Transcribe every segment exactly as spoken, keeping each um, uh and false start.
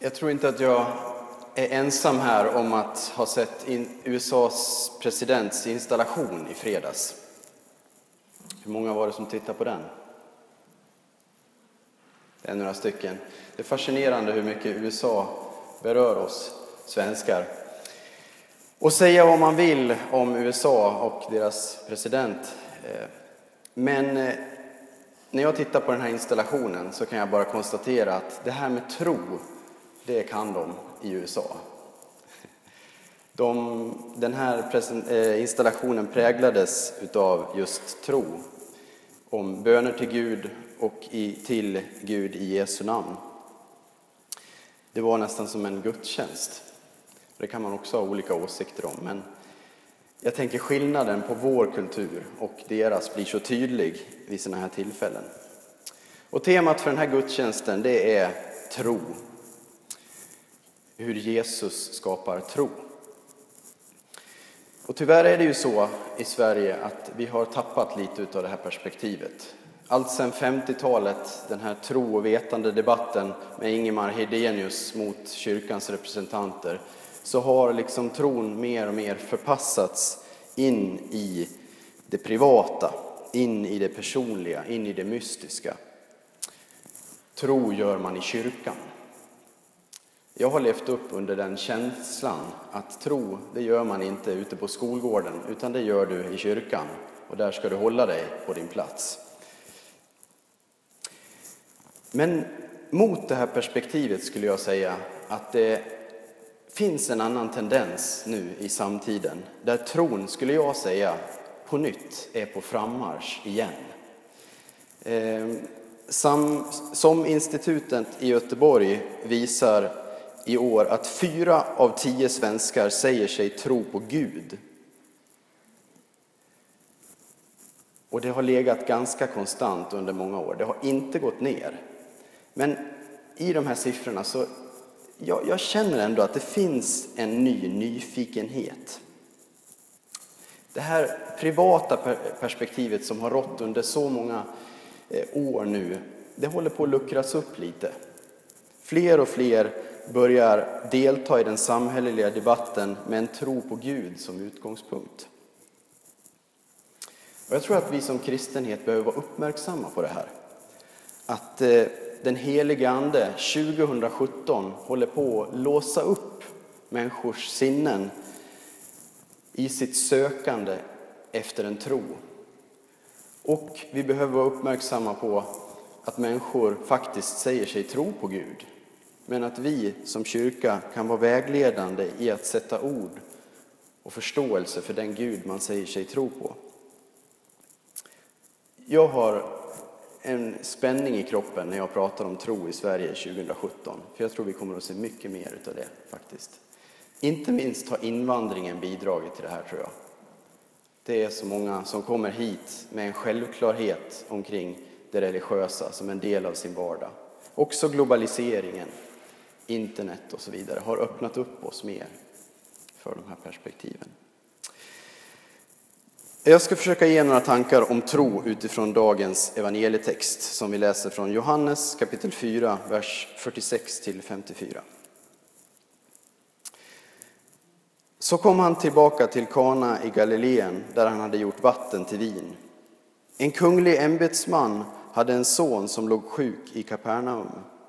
Jag tror inte att jag är ensam här om att ha sett in U S A:s presidents installation i fredags. Hur många var det som tittade på den? Det är några stycken. Det är fascinerande hur mycket U S A berör oss svenskar. Och säga vad man vill om U S A och deras president. Men när jag tittar på den här installationen så kan jag bara konstatera att det här med tro, det kan de i U S A. De, den här installationen präglades utav just tro. Om böner till Gud och i, till Gud i Jesu namn. Det var nästan som en gudstjänst. Det kan man också ha olika åsikter om. Men jag tänker skillnaden på vår kultur och deras blir så tydlig vid sådana här tillfällen. Och temat för den här gudstjänsten, det är tro. Hur Jesus skapar tro. Och tyvärr är det ju så i Sverige att vi har tappat lite av det här perspektivet. Allt sedan femtiotalet, den här tro- och vetande debatten med Ingemar Hedenius mot kyrkans representanter, så har liksom tron mer och mer förpassats in i det privata, in i det personliga, in i det mystiska. Tro gör man i kyrkan. Jag har levt upp under den känslan att tro, det gör man inte ute på skolgården, utan det gör du i kyrkan. Och där ska du hålla dig på din plats. Men mot det här perspektivet skulle jag säga att det finns en annan tendens nu i samtiden. Där tron, skulle jag säga, på nytt är på frammarsch igen. Som, som institutet i Göteborg visar i år att fyra av tio svenskar säger sig tro på Gud. Och det har legat ganska konstant under många år. Det har inte gått ner. Men i de här siffrorna så jag, jag känner ändå att det finns en ny nyfikenhet. Det här privata perspektivet som har rått under så många år nu, det håller på att luckras upp lite. Fler och fler börjar delta i den samhälleliga debatten med en tro på Gud som utgångspunkt. Och jag tror att vi som kristenhet behöver vara uppmärksamma på det här. Att eh, den helige ande tjugohundrasjutton håller på att låsa upp människors sinnen i sitt sökande efter en tro. Och vi behöver vara uppmärksamma på att människor faktiskt säger sig tro på Gud. Men att vi som kyrka kan vara vägledande i att sätta ord och förståelse för den Gud man säger sig tro på. Jag har en spänning i kroppen när jag pratar om tro i Sverige tjugohundrasjutton. För jag tror vi kommer att se mycket mer av det faktiskt. Inte minst har invandringen bidragit till det här, tror jag. Det är så många som kommer hit med en självklarhet omkring det religiösa som en del av sin vardag. Också globaliseringen, internet och så vidare har öppnat upp oss mer för de här perspektiven. Jag ska försöka ge några tankar om tro utifrån dagens evangelietext som vi läser från Johannes kapitel fyra, vers fyrtiosex till femtiofyra. Så kom han tillbaka till Kana i Galileen där han hade gjort vatten till vin. En kunglig ämbetsman hade en son som låg sjuk i Kapernaum.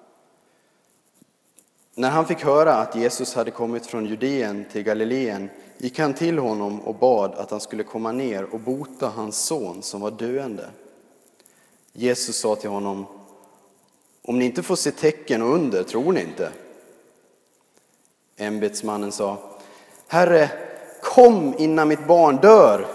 När han fick höra att Jesus hade kommit från Judeen till Galileen gick han till honom och bad att han skulle komma ner och bota hans son som var döende. Jesus sa till honom: om ni inte får se tecken och under, tror ni inte? Ämbetsmannen sa: Herre, kom innan mitt barn dör.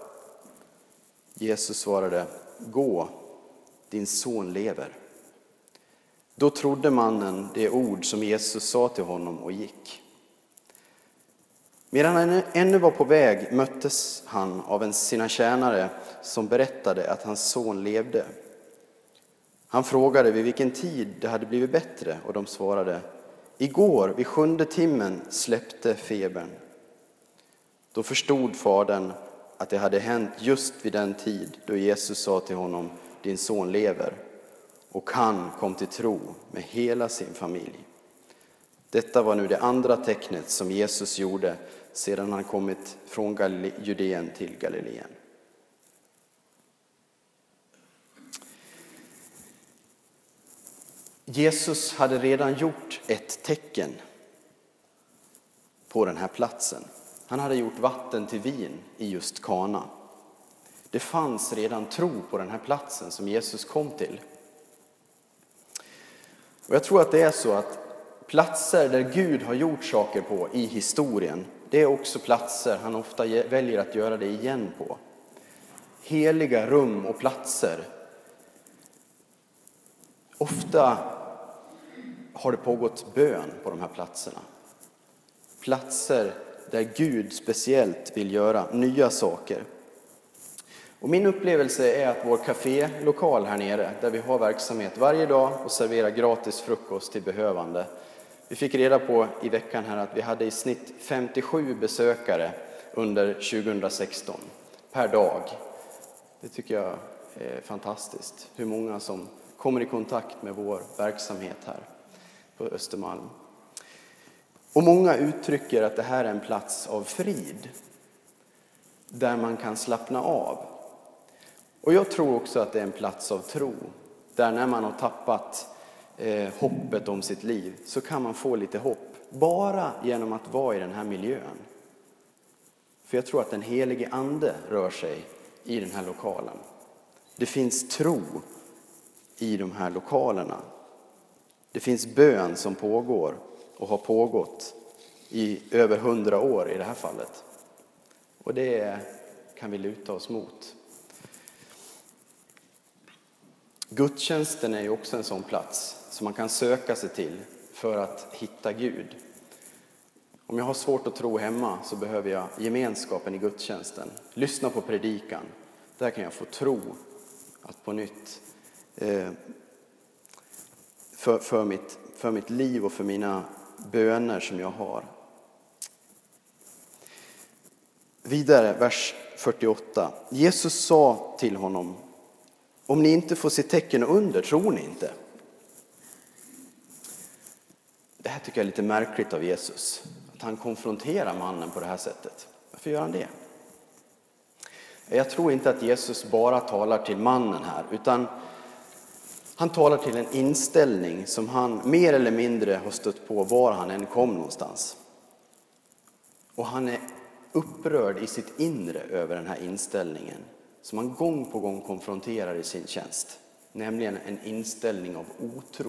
Jesus svarade: gå, din son lever. Då trodde mannen det ord som Jesus sa till honom och gick. Medan han ännu var på väg möttes han av en sina tjänare som berättade att hans son levde. Han frågade vid vilken tid det hade blivit bättre och de svarade: igår vid sjunde timmen släppte febern. Då förstod fadern att det hade hänt just vid den tid då Jesus sa till honom: din son lever. Och han kom till tro med hela sin familj. Detta var nu det andra tecknet som Jesus gjorde sedan han kommit från Galile- Judeen till Galileen. Jesus hade redan gjort ett tecken på den här platsen. Han hade gjort vatten till vin i just Kana. Det fanns redan tro på den här platsen som Jesus kom till. Och jag tror att det är så att platser där Gud har gjort saker på i historien, det är också platser han ofta väljer att göra det igen på. Heliga rum och platser. Ofta har det pågått bön på de här platserna. Platser där Gud speciellt vill göra nya saker. Och min upplevelse är att vår kafélokal här nere, där vi har verksamhet varje dag och serverar gratis frukost till behövande. Vi fick reda på i veckan här att vi hade i snitt femtiosju besökare under tjugohundrasexton per dag. Det tycker jag är fantastiskt. Hur många som kommer i kontakt med vår verksamhet här på Östermalm. Och många uttrycker att det här är en plats av frid. Där man kan slappna av. Och jag tror också att det är en plats av tro. Där när man har tappat eh, hoppet om sitt liv så kan man få lite hopp. Bara genom att vara i den här miljön. För jag tror att den helige ande rör sig i den här lokalen. Det finns tro i de här lokalerna. Det finns bön som pågår och har pågått i över hundra år i det här fallet. Och det kan vi luta oss mot. Gudstjänsten är ju också en sån plats som man kan söka sig till för att hitta Gud. Om jag har svårt att tro hemma så behöver jag gemenskapen i gudstjänsten. Lyssna på predikan. Där kan jag få tro att på nytt eh, för, för, mitt, för mitt liv och för mina böner som jag har. Vidare, vers fyrtioåtta. Jesus sa till honom: om ni inte får se tecken och under, tror ni inte? Det här tycker jag är lite märkligt av Jesus. Att han konfronterar mannen på det här sättet. Varför gör han det? Jag tror inte att Jesus bara talar till mannen här. Utan han talar till en inställning som han mer eller mindre har stött på var han än kom någonstans. Och han är upprörd i sitt inre över den här inställningen. Som han gång på gång konfronterar i sin tjänst. Nämligen en inställning av otro.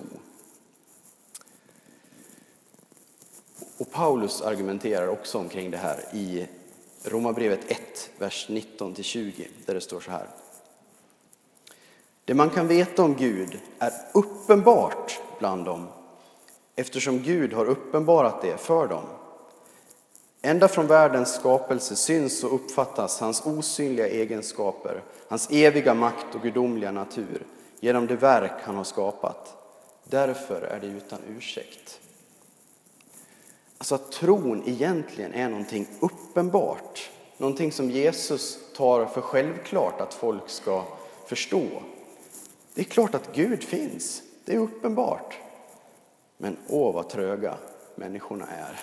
Och Paulus argumenterar också omkring det här i Romarbrevet ett, vers nitton till tjugo. Där det står så här. Det man kan veta om Gud är uppenbart bland dem. Eftersom Gud har uppenbarat det för dem. Ända från världens skapelse syns och uppfattas hans osynliga egenskaper, hans eviga makt och gudomliga natur genom det verk han har skapat. Därför är det utan ursäkt. Alltså att tron egentligen är någonting uppenbart. Någonting som Jesus tar för självklart att folk ska förstå. Det är klart att Gud finns. Det är uppenbart. Men åh vad tröga människorna är.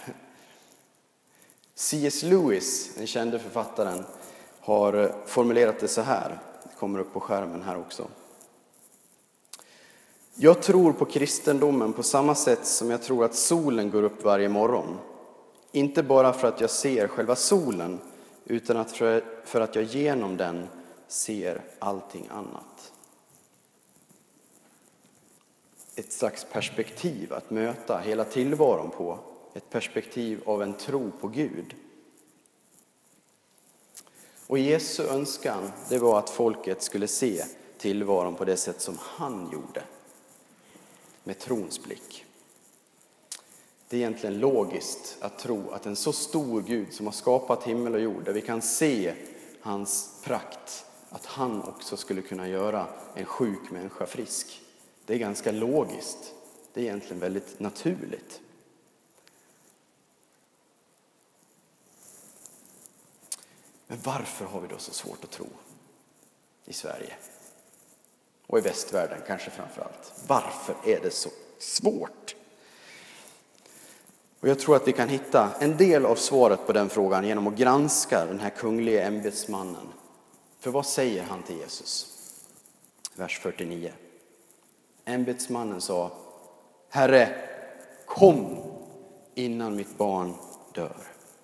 C S Lewis, den kände författaren, har formulerat det så här. Det kommer upp på skärmen här också. Jag tror på kristendomen på samma sätt som jag tror att solen går upp varje morgon. Inte bara för att jag ser själva solen, utan att för, för att jag genom den ser allting annat. Ett slags perspektiv att möta hela tillvaron på. Ett perspektiv av en tro på Gud. Och Jesu önskan, det var att folket skulle se tillvaron på det sätt som han gjorde. Med trons blick. Det är egentligen logiskt att tro att en så stor Gud som har skapat himmel och jord, där vi kan se hans prakt, att han också skulle kunna göra en sjuk människa frisk. Det är ganska logiskt. Det är egentligen väldigt naturligt. Men varför har vi då så svårt att tro i Sverige? Och i västvärlden kanske framför allt. Varför är det så svårt? Och jag tror att vi kan hitta en del av svaret på den frågan genom att granska den här kungliga ämbetsmannen. För vad säger han till Jesus? Vers fyrtionio. Ämbetsmannen sa: Herre, kom innan mitt barn dör.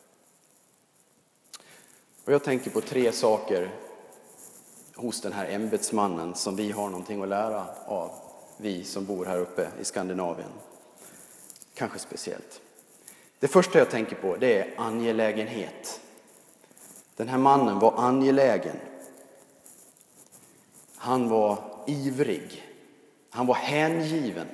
Och jag tänker på tre saker hos den här ämbetsmannen som vi har någonting att lära av, vi som bor här uppe i Skandinavien. Kanske speciellt. Det första jag tänker på, det är angelägenhet. Den här mannen var angelägen. Han var ivrig. Han var hängiven.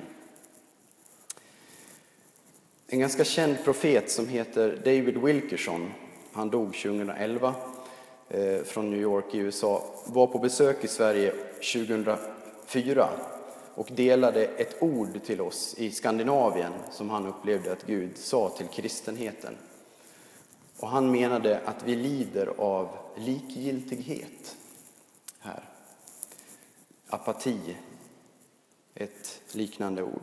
En ganska känd profet som heter David Wilkerson, han dog tjugoelva eh, från New York i U S A, var på besök i Sverige tjugohundrafyra och delade ett ord till oss i Skandinavien som han upplevde att Gud sa till kristenheten. Och han menade att vi lider av likgiltighet här. Apati, ett liknande ord.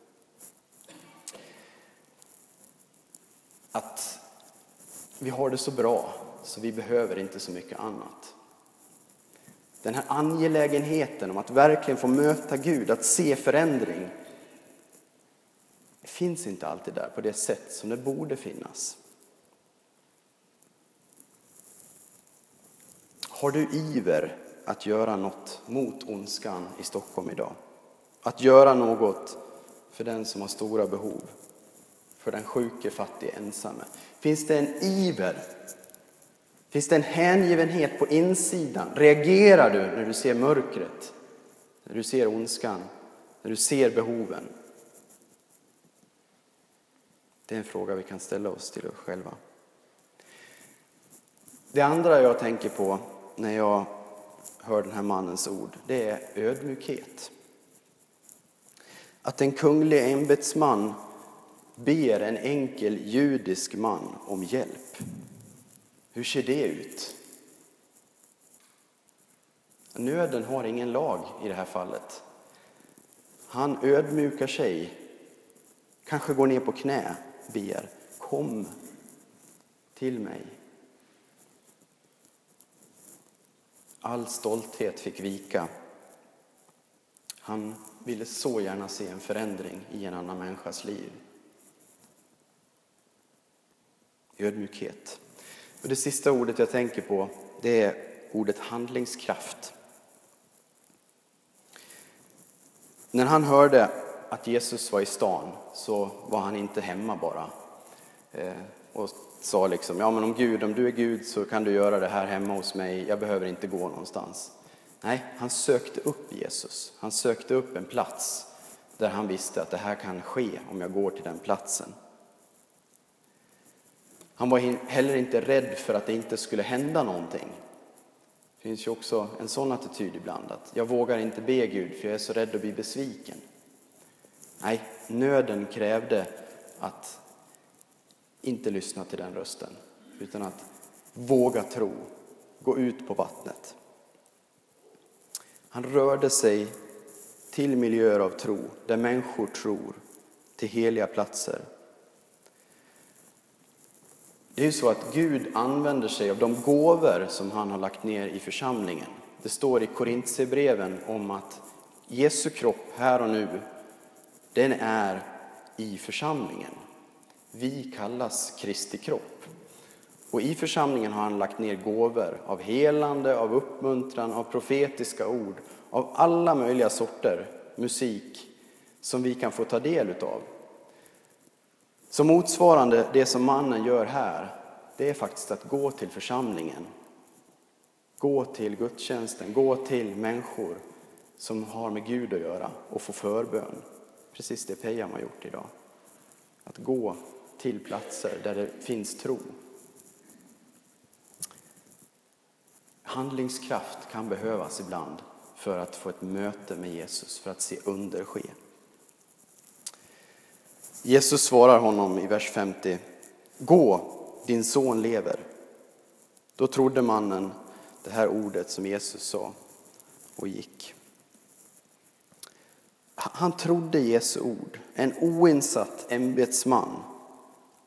Att vi har det så bra så vi behöver inte så mycket annat. Den här angelägenheten om att verkligen få möta Gud, att se förändring, finns inte alltid där på det sätt som det borde finnas. Har du iver att göra något mot ondskan i Stockholm idag? Att göra något för den som har stora behov? För den sjuke, fattige, ensamme? Finns det en iver? Finns det en hängivenhet på insidan? Reagerar du när du ser mörkret? När du ser ondskan? När du ser behoven? Det är en fråga vi kan ställa oss till oss själva. Det andra jag tänker på när jag hör den här mannens ord, det är ödmjukhet. Att en kunglig ämbetsman ber en enkel judisk man om hjälp. Hur ser det ut? Nöden har ingen lag i det här fallet. Han ödmjukar sig, kanske går ner på knä, ber: kom till mig. All stolthet fick vika. Han ville så gärna se en förändring i en annan människas liv. Ödmjukhet. Och det sista ordet jag tänker på, det är ordet handlingskraft. När han hörde att Jesus var i stan så var han inte hemma bara. Eh, och sa liksom, ja men om Gud, om du är Gud så kan du göra det här hemma hos mig. Jag behöver inte gå någonstans. Nej, han sökte upp Jesus. Han sökte upp en plats där han visste att det här kan ske om jag går till den platsen. Han var heller inte rädd för att det inte skulle hända någonting. Det finns ju också en sån attityd ibland, att jag vågar inte be Gud för jag är så rädd att bli besviken. Nej, nöden krävde att inte lyssna till den rösten, utan att våga tro, gå ut på vattnet. Han rörde sig till miljöer av tro, där människor tror, till heliga platser. Det är ju så att Gud använder sig av de gåvor som han har lagt ner i församlingen. Det står i Korintierbreven om att Jesu kropp här och nu, den är i församlingen. Vi kallas Kristi kropp. Och i församlingen har han lagt ner gåvor av helande, av uppmuntran, av profetiska ord, av alla möjliga sorter musik som vi kan få ta del utav. Så motsvarande det som mannen gör här, det är faktiskt att gå till församlingen. Gå till gudstjänsten, gå till människor som har med Gud att göra och få förbön. Precis det Pejam har gjort idag. Att gå till platser där det finns tro. Handlingskraft kan behövas ibland för att få ett möte med Jesus, för att se under ske. Jesus svarar honom i vers femtio: gå, din son lever. Då trodde mannen det här ordet som Jesus sa och gick. Han trodde Jesu ord. En oinsatt ämbetsman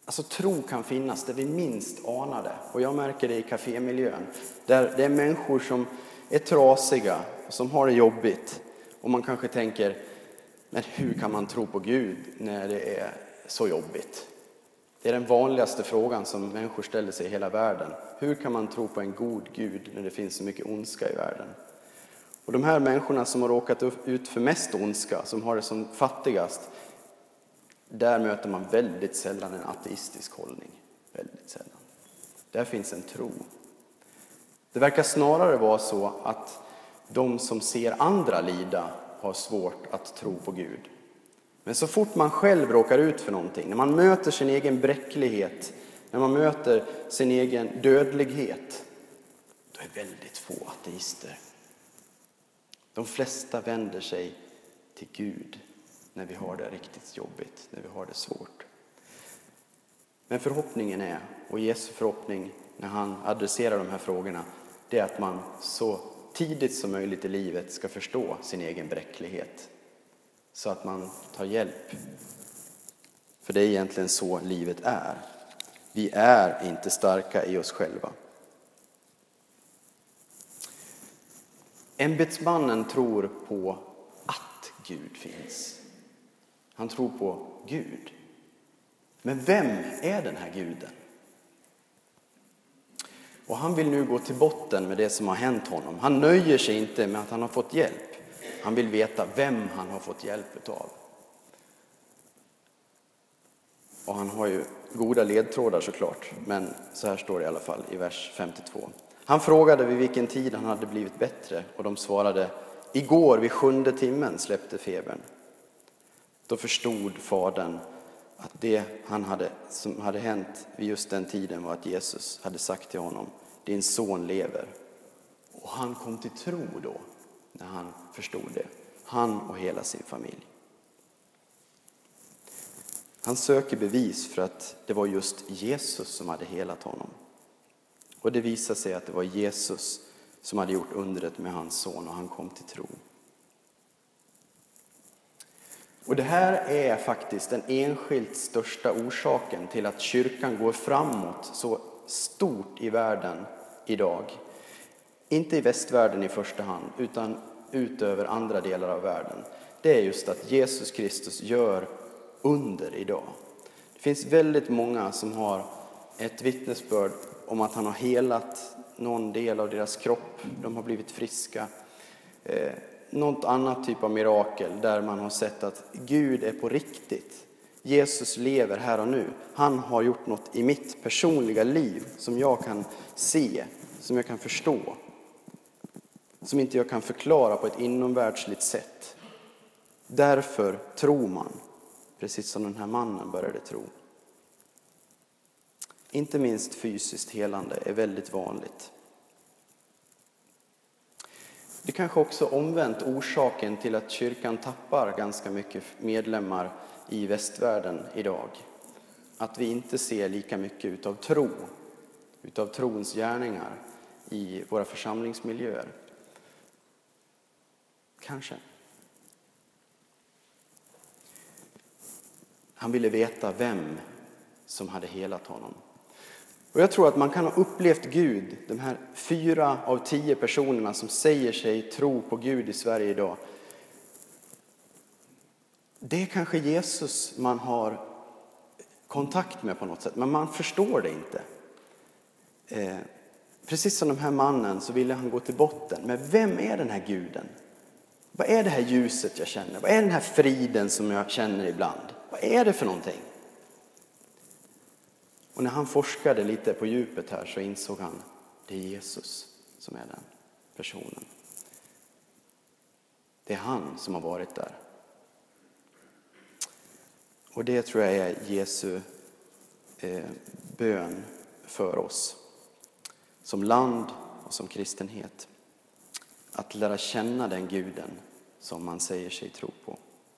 Alltså tro kan finnas där vi minst anar det. Och jag märker det i kafémiljön. Där det är människor som är trasiga, som har det jobbigt. Och man kanske tänker, men hur kan man tro på Gud när det är så jobbigt? Det är den vanligaste frågan som människor ställer sig i hela världen. Hur kan man tro på en god Gud när det finns så mycket ondska i världen? Och de här människorna som har råkat ut för mest ondska, som har det som fattigast, där möter man väldigt sällan en ateistisk hållning. Väldigt sällan. Där finns en tro. Det verkar snarare vara så att de som ser andra lida har svårt att tro på Gud. Men så fort man själv råkar ut för någonting, när man möter sin egen bräcklighet, när man möter sin egen dödlighet, då är väldigt få ateister. De flesta vänder sig till Gud när vi har det riktigt jobbigt, när vi har det svårt. Men förhoppningen är, och Jesu förhoppning när han adresserar de här frågorna, det är att man så tidigt som möjligt i livet ska förstå sin egen bräcklighet. Så att man tar hjälp. För det är egentligen så livet är. Vi är inte starka i oss själva. Ämbetsmannen tror på att Gud finns. Han tror på Gud. Men vem är den här guden? Och han vill nu gå till botten med det som har hänt honom. Han nöjer sig inte med att han har fått hjälp. Han vill veta vem han har fått hjälp av. Och han har ju goda ledtrådar såklart. Men så här står det i alla fall i vers femtiotvå. Han frågade vid vilken tid han hade blivit bättre. Och de svarade, igår vid sjunde timmen släppte febern. Då förstod fadern att det han hade, som hade hänt vid just den tiden var att Jesus hade sagt till honom, din son lever. Och han kom till tro då när han förstod det. Han och hela sin familj. Han söker bevis för att det var just Jesus som hade helat honom. Och det visade sig att det var Jesus som hade gjort undret med hans son och han kom till tro. Och det här är faktiskt den enskilt största orsaken till att kyrkan går framåt så stort i världen idag. Inte i västvärlden i första hand, utan utöver andra delar av världen. Det är just att Jesus Kristus gör under idag. Det finns väldigt många som har ett vittnesbörd om att han har helat någon del av deras kropp. De har blivit friska. Eh, något annat typ av mirakel där man har sett att Gud är på riktigt. Jesus lever här och nu. Han har gjort något i mitt personliga liv som jag kan se, som jag kan förstå. Som inte jag kan förklara på ett inomvärldsligt sätt. Därför tror man, precis som den här mannen började tro. Inte minst fysiskt helande är väldigt vanligt. Det kanske också omvänt orsaken till att kyrkan tappar ganska mycket medlemmar i västvärlden idag. Att vi inte ser lika mycket utav tro, utav trons gärningar i våra församlingsmiljöer. Kanske. Han ville veta vem som hade helat honom. Och jag tror att man kan ha upplevt Gud, de här fyra av tio personerna som säger sig tro på Gud i Sverige idag. Det är kanske Jesus man har kontakt med på något sätt, men man förstår det inte. Eh, precis som den här mannen så ville han gå till botten. Men vem är den här guden? Vad är det här ljuset jag känner? Vad är den här friden som jag känner ibland? Vad är det för någonting? Och när han forskade lite på djupet här så insåg han det är Jesus som är den personen. Det är han som har varit där. Och det tror jag är Jesu eh, bön för oss. Som land och som kristenhet. Att lära känna den guden som man säger sig tro på.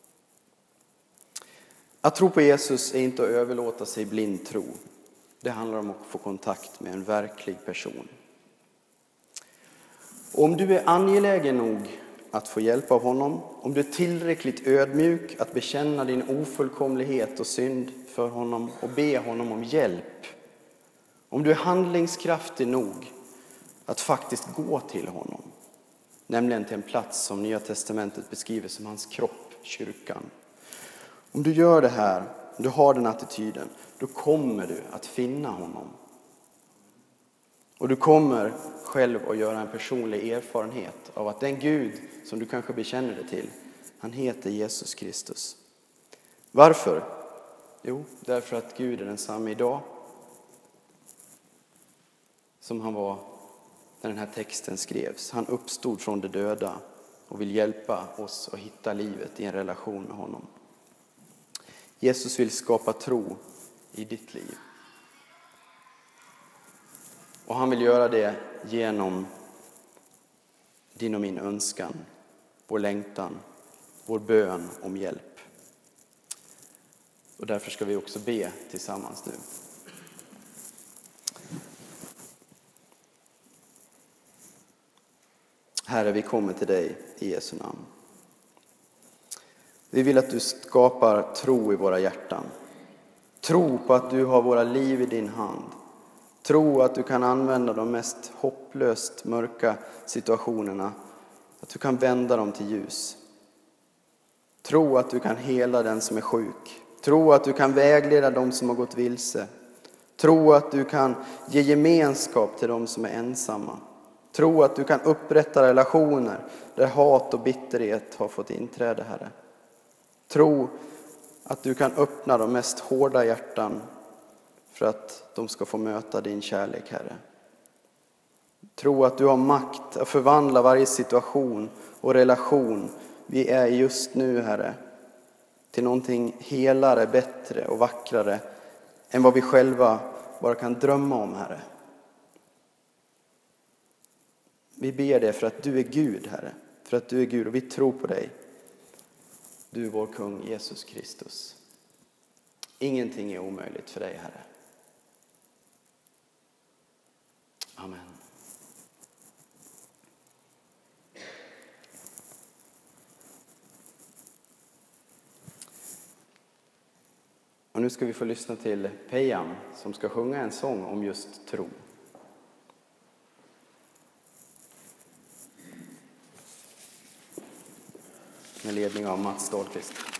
Att tro på Jesus är inte att överlåta sig blind tro. Det handlar om att få kontakt med en verklig person. Och om du är angelägen nog att få hjälp av honom, om du är tillräckligt ödmjuk att bekänna din ofullkomlighet och synd för honom och be honom om hjälp, om du är handlingskraftig nog att faktiskt gå till honom, nämligen till en plats som Nya testamentet beskriver som hans kropp, kyrkan. Om du gör det här, du har den attityden, då kommer du att finna honom. Och du kommer själv att göra en personlig erfarenhet av att den Gud som du kanske bekänner dig till, han heter Jesus Kristus. Varför? Jo, därför att Gud är densamma idag som han var när den här texten skrevs. Han uppstod från de döda och vill hjälpa oss att hitta livet i en relation med honom. Jesus vill skapa tro i ditt liv. Och han vill göra det genom din och min önskan, vår längtan, vår bön om hjälp. Och därför ska vi också be tillsammans nu. Herre, vi kommer till dig i Jesu namn. Vi vill att du skapar tro i våra hjärtan. Tro på att du har våra liv i din hand. Tro att du kan använda de mest hopplöst mörka situationerna. Att du kan vända dem till ljus. Tro att du kan hela den som är sjuk. Tro att du kan vägleda dem som har gått vilse. Tro att du kan ge gemenskap till dem som är ensamma. Tro att du kan upprätta relationer där hat och bitterhet har fått inträde, Herre. Tro att du kan öppna de mest hårda hjärtan för att de ska få möta din kärlek, Herre. Tro att du har makt att förvandla varje situation och relation vi är just nu, Herre, till någonting helare, bättre och vackrare än vad vi själva bara kan drömma om, Herre. Vi ber dig för att du är Gud, Herre. För att du är Gud och vi tror på dig. Du är vår kung Jesus Kristus. Ingenting är omöjligt för dig, Herre. Amen. Och nu ska vi få lyssna till Pejam som ska sjunga en sång om just tro. Med ledning av Mats Dahlqvist.